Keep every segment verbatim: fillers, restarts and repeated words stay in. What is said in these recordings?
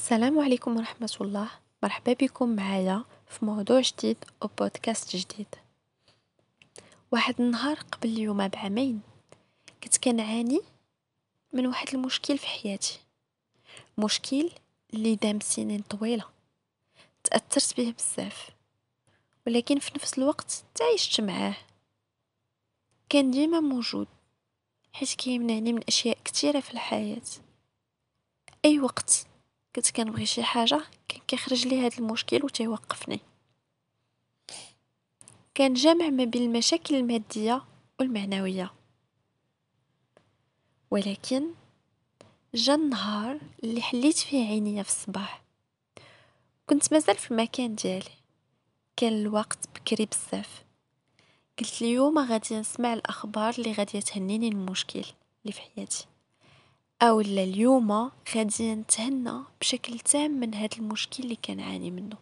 السلام عليكم ورحمة الله. مرحبا بكم معايا في موضوع جديد أو بودكاست جديد. واحد النهار قبل اليوم بعامين كنت كنعاني من واحد المشكل في حياتي، مشكل اللي دام سنين طويلة تأثرت به بزاف، ولكن في نفس الوقت تعيشت معاه. كان ديما موجود حيت كيمنعني من أشياء كتيرة في الحياة. أي وقت كنت كنبغي شي حاجة كان كيخرج لي هذا المشكل وتيوقفني. كان جامع ما بين المشاكل المادية والمعنوية، ولكن جا النهار اللي حليت فيه عينيا في الصباح. كنت مازال في المكان ديالي، كان الوقت بكري بزاف. قلت اليوم غادي نسمع الاخبار اللي غادي تهنيني المشكل اللي في حياتي، او لا اليوم غادي نتهنى بشكل تام من هذا المشكل اللي كنعاني منه.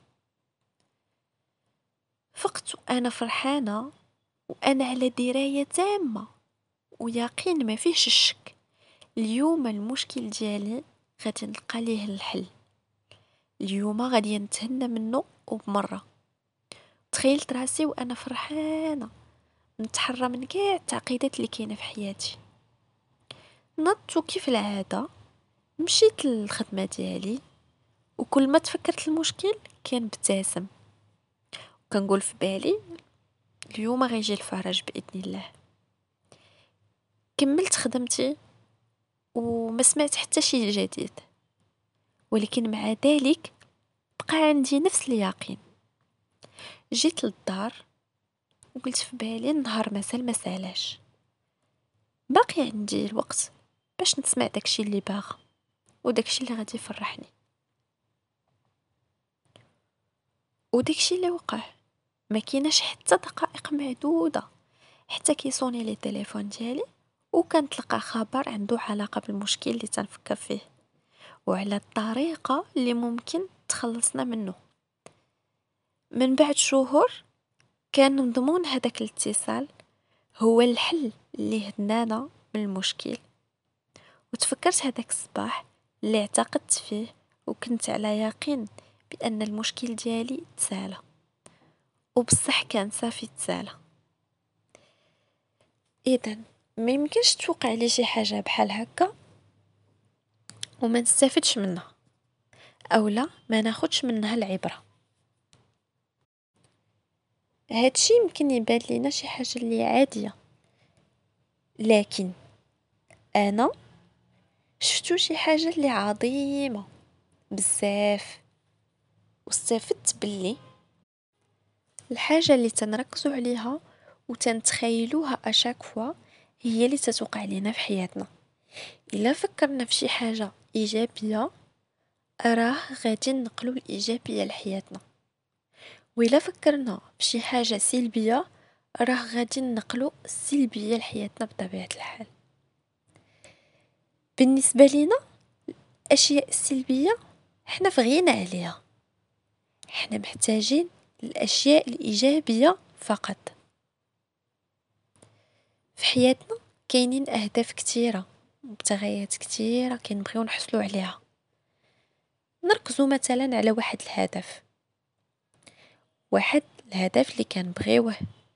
فقت وانا فرحانه وانا على درايه تامه ويقين ما فيهش الشك، اليوم المشكل ديالي غادي نلقى ليه الحل. اليوم غادي نتهنى منه وبمره. تخيلت راسي وانا فرحانه نتحرى من كاع التعقيدات اللي كاينه في حياتي. نضت كيف العاده مشيت للخدمه ديالي، وكل ما تفكرت المشكل كان ابتسم وكنقول في بالي اليوم غيجي الفرج باذن الله. كملت خدمتي وما سمعت حتى شي جديد، ولكن مع ذلك بقى عندي نفس اليقين. جيت للدار وقلت في بالي النهار مازال ما سالاش، باقي عندي الوقت باش نسمع داكشي اللي باغا وداكشي اللي غادي يفرحني. وداكشي اللي وقع ما كيناش حتى دقائق معدوده حتى كيصوني لي التليفون ديالي وكنتلقى خبر عنده علاقه بالمشكل اللي تنفكر فيه وعلى الطريقه اللي ممكن تخلصنا منه. من بعد شهور كان مضمون هداك الاتصال هو الحل اللي هدنانا من المشكل. وتفكرت هداك الصباح اللي اعتقدت فيه وكنت على يقين بأن المشكل ديالي تسالى، وبصح كان صافي تسالى. إذن ما يمكنش توقع لي شي حاجة بحال هكا وما نستفدش منها، أولا ما ناخدش منها العبرة. هادشي يمكن يبان لينا شي حاجة اللي عادية، لكن أنا شفتو شي حاجة اللي عظيمة بزاف، واستفدت باللي الحاجة اللي تنركزو عليها وتنتخيلوها أشاك فوا هي اللي تتوقع لنا في حياتنا. إلا فكرنا في شي حاجة إيجابية راه غادي نقلو الإيجابية لحياتنا، وإلا فكرنا في شي حاجة سلبية راه غادي نقلو السلبية لحياتنا بطبيعة الحال. بالنسبة لينا الأشياء السلبية حنا في غنى عليها، حنا محتاجين الأشياء الإيجابية فقط. في حياتنا كاينين أهداف كتيرة ومبتغيات كتيرة كنبغيو نحصلو عليها. نركزو مثلا على واحد الهدف، واحد الهدف اللي كنبغيوه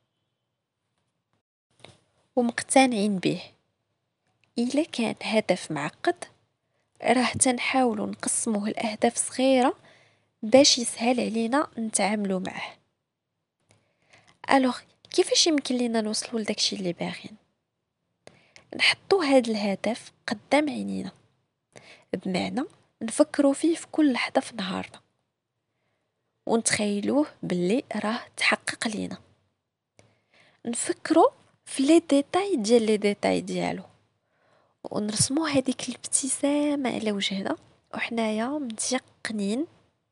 ومقتنعين به. إلا كان هدف معقد راه تنحاولوا نقسموه لأهداف صغيرة باش يسهل علينا نتعاملوا معه. ألوغ كيفاش يمكن لينا نوصلوا لداكشي اللي باغين؟ نحطوا هاد الهدف قدام عينينا، بمعنى نفكروا فيه في كل لحظة في نهارنا ونتخيلوه باللي راه تحقق لينا. نفكروا في لي ديتاي ديال لي ديتاي ديالو ونرسموا هذيك الابتسامة على وجهنا وحنايا متيقنين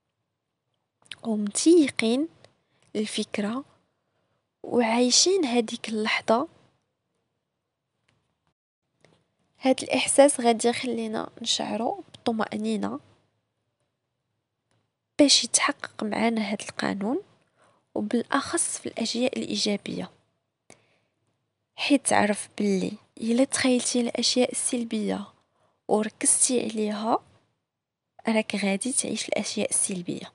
ومتيقين الفكرة وعايشين هذيك اللحظة. هاد الإحساس غادي يخلينا نشعروا بالطمأنينة باش يتحقق معنا هاد القانون، وبالأخص في الأشياء الإيجابية، حيت تعرف باللي إلا تخيلتي الأشياء السلبية وركزتي عليها راك غادي تعيش الاشياء السلبيه.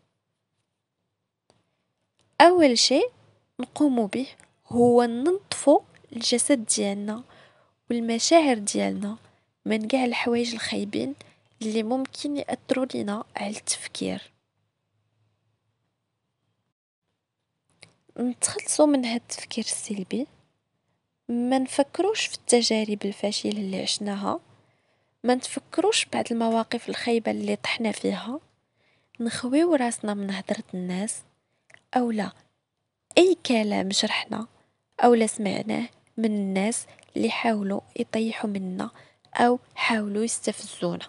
اول شيء نقوم به هو ننظفوا الجسد ديالنا والمشاعر ديالنا من كاع الحوايج الخايبين اللي ممكن ياثروا لنا على التفكير. نتخلصوا من هذا التفكير السلبي، ما نفكروش في التجارب الفاشلة اللي عشناها، ما نتفكروش بعض المواقف الخايبة اللي طحنا فيها، نخويو راسنا من هدرة الناس أو لا أي كلام جرحنا أو لا سمعناه من الناس اللي حاولوا يطيحوا منا أو حاولوا يستفزونا.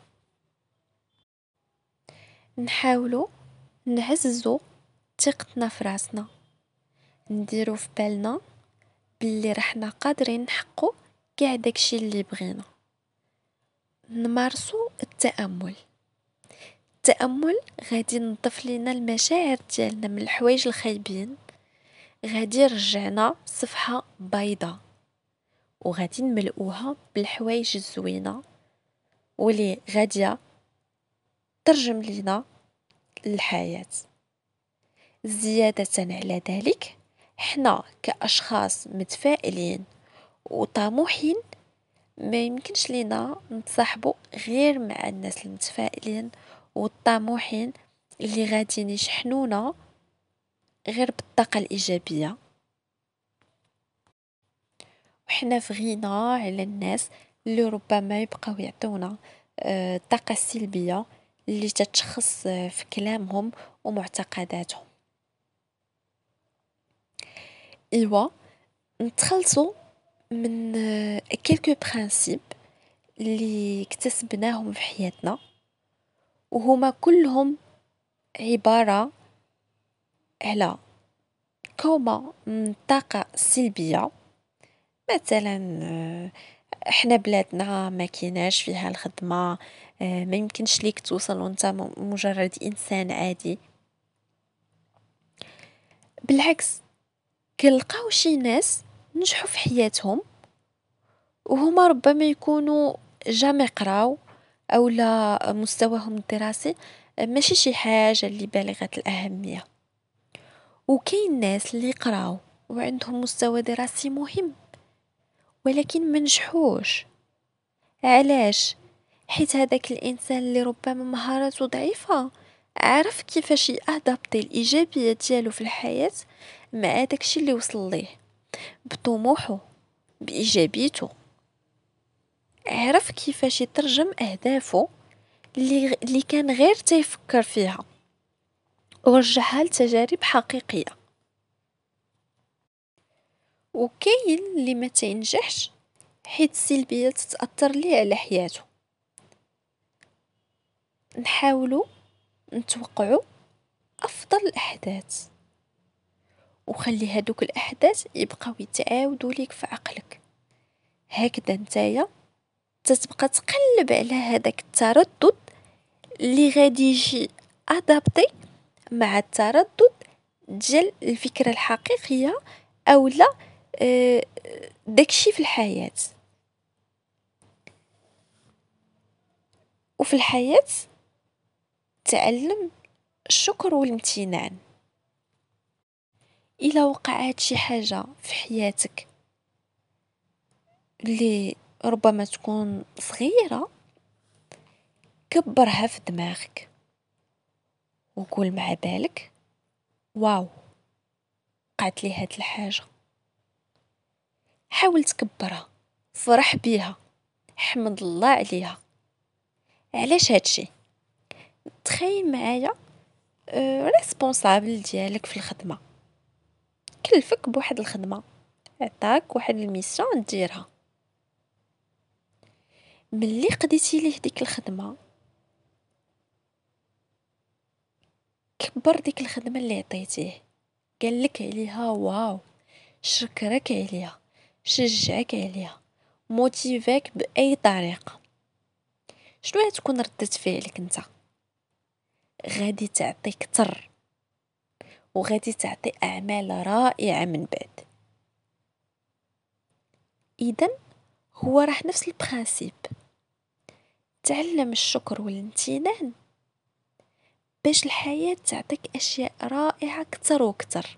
نحاولوا نعززوا ثقتنا في راسنا، نديرو في بالنا باللي رحنا قادرين نحقو كاع داكشي اللي بغينا. نمارسو التأمل. التأمل غادي نضيف لينا المشاعر ديالنا من الحوايج الخايبين، غادي يرجعنا صفحة بيضاء وغادي نملؤوها بالحوايج الزوينة واللي غادية ترجم لينا الحياة. زيادة على ذلك، حنا كأشخاص متفائلين وطموحين ما يمكنش لينا نتصاحبوا غير مع الناس المتفائلين والطموحين اللي غادي يشحنونا غير بالطاقة الإيجابية. وحنا في غنى على الناس اللي ربما يبقاو يعطونا آه، الطاقة السلبية اللي تتشخص آه، في كلامهم ومعتقداتهم. إيوا نتخلصوا من كيلكو برانسيب اللي اكتسبناهم في حياتنا، وهما كلهم عبارة على كومة من طاقة سلبية. مثلا آه، احنا بلادنا ما كيناش فيها الخدمة، آه، ما يمكنش ليك توصل وانت م- مجرد انسان عادي. بالعكس، كنلقاو شي ناس نجحوا في حياتهم وهما ربما يكونوا جامي قراو او لا مستواهم الدراسي ماشي شي حاجة اللي بالغة الأهمية. وكاين ناس اللي قراو وعندهم مستوى دراسي مهم ولكن منجحوش. علاش؟ حيت هذاك الانسان اللي ربما مهاراته ضعيفة عرف كيفاش يادابتي الايجابيه ديالو في الحياه مع داكشي اللي وصل ليه بطموحه بايجابيته. عرف كيفاش يترجم اهدافه اللي اللي كان غير تيفكر فيها ورجعها لتجارب حقيقيه. وكاين اللي ما تينجحش حيت السلبيه تتاثر ليه على حياته. نحاولوا نتوقعوا افضل الاحداث وخلي هادوك الاحداث يبقاو يتعاودوا ليك في عقلك، هكذا نتايا تتبقى تقلب على هذاك التردد اللي غادي يجي ادابتي مع التردد ديال الفكره الحقيقيه او لا آه، داكشي في الحياه. وفي الحياه تعلم الشكر والامتنان. إلا وقعت شي حاجة في حياتك اللي ربما تكون صغيرة، كبرها في دماغك وقول مع بالك واو وقعت لي هاد الحاجة. حاول تكبرها، فرح بيها، حمد الله عليها. علاش هادشي؟ تخيل معايا ريسبونسابل ديالك في الخدمة كلفك بواحد الخدمة، عطاك واحد الميسيون ديرها. ملي قضيتي ليه ديك الخدمة كبر ديك الخدمة اللي عطيتيه، قال لك عليها واو، شكرك عليها، شجعك عليها، موتيفاك بأي طريقة. شنو هتكون ردة فعلك انت؟ غادي تعطي كتر وغادي تعطي أعمال رائعة من بعد. إذن هو راح نفس البرانسيب. تعلم الشكر والامتنان باش الحياة تعطيك أشياء رائعة كتر وكتر.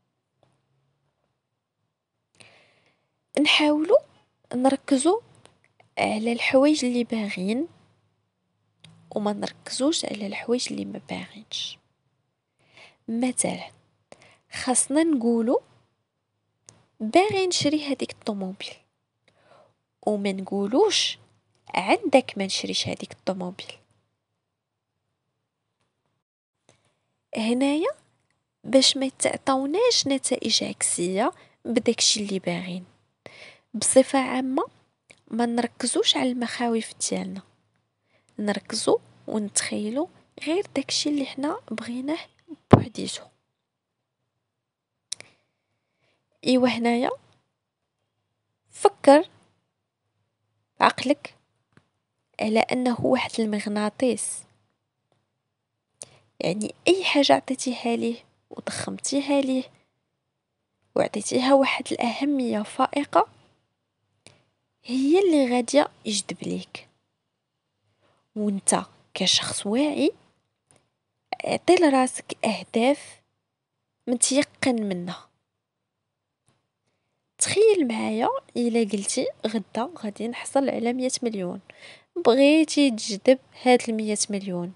نحاولوا نركزوا على الحوايج اللي باغين وما نركزوش على الحوايج اللي ما باغينش. مثلا خاصنا نقولوا باغي نشري هذيك الطوموبيل، وما نقولوش عندك ما نشريش هذيك الطوموبيل. هنايا باش ما يتعطوناش نتائج عكسية بداكشي اللي باغين. بصفة عامة ما نركزوش على المخاوف ديالنا، نركزوا ونتخيلوا غير داكشي اللي حنا بغيناه بوحديتو. ايوا هنايا فكر عقلك على انه واحد المغناطيس، يعني اي حاجة عطيتيها ليه وضخمتيها ليه وعطيتيها واحد الأهمية فائقة هي اللي غادية يجذب ليك. وانت كشخص واعي اعطي لراسك اهداف متيقن منها. تخيل معايا الا قلتي غدا غادي نحصل على مية مليون، بغيتي تجذب هاد المية مليون،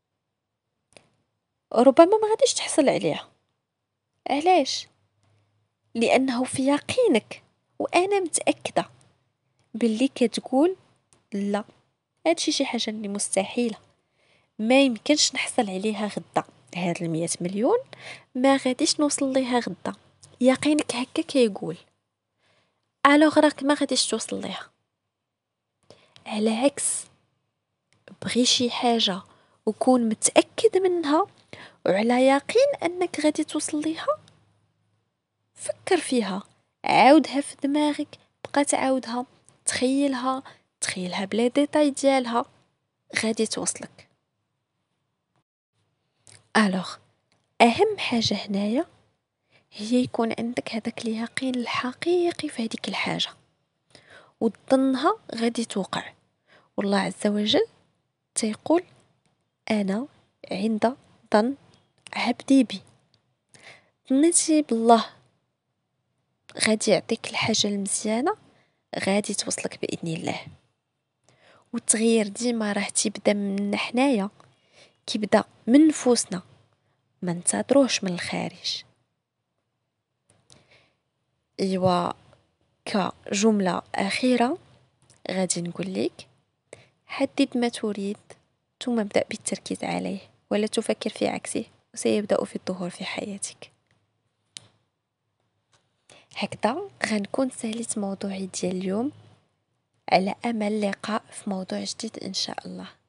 ربما ما غاديش تحصل عليها. علاش؟ لانه في يقينك وانا متاكده باللي كتقول لا، هادشي شي حاجه اللي مستحيله، ما يمكنش نحصل عليها غدا. هاد المية مليون ما غاديش نوصل ليها غدا. يقينك هكا كيقول، الوغ راك ما غاديش توصل ليها. على عكس بغي شي حاجه وكون متاكد منها وعلى يقين انك غادي توصل ليها، فكر فيها، عاودها في دماغك، بقى تعاودها، تخيلها تخيلها بلا ديتاي ديالها، غادي توصلك. الوغ اهم حاجه هنايا هي يكون عندك هذاك اليقين الحقيقي في هذيك الحاجه وتظنها غادي توقع. والله عز وجل تيقول انا عند ظن عبدي بي. ظنيتي بالله غادي يعطيك الحاجه المزيانه، غادي توصلك باذن الله. والتغيير ديما راه تيبدا من حنايا، كيبدا من نفوسنا، ما ننتظروش من الخارج. ايوا كجمله اخيره غادي نقول لك، حدد ما تريد ثم ابدا بالتركيز عليه ولا تفكر في عكسه وسيبدا في الظهور في حياتك. هكذا غنكون ساليت موضوعي ديال اليوم، على امل لقاء في موضوع جديد ان شاء الله.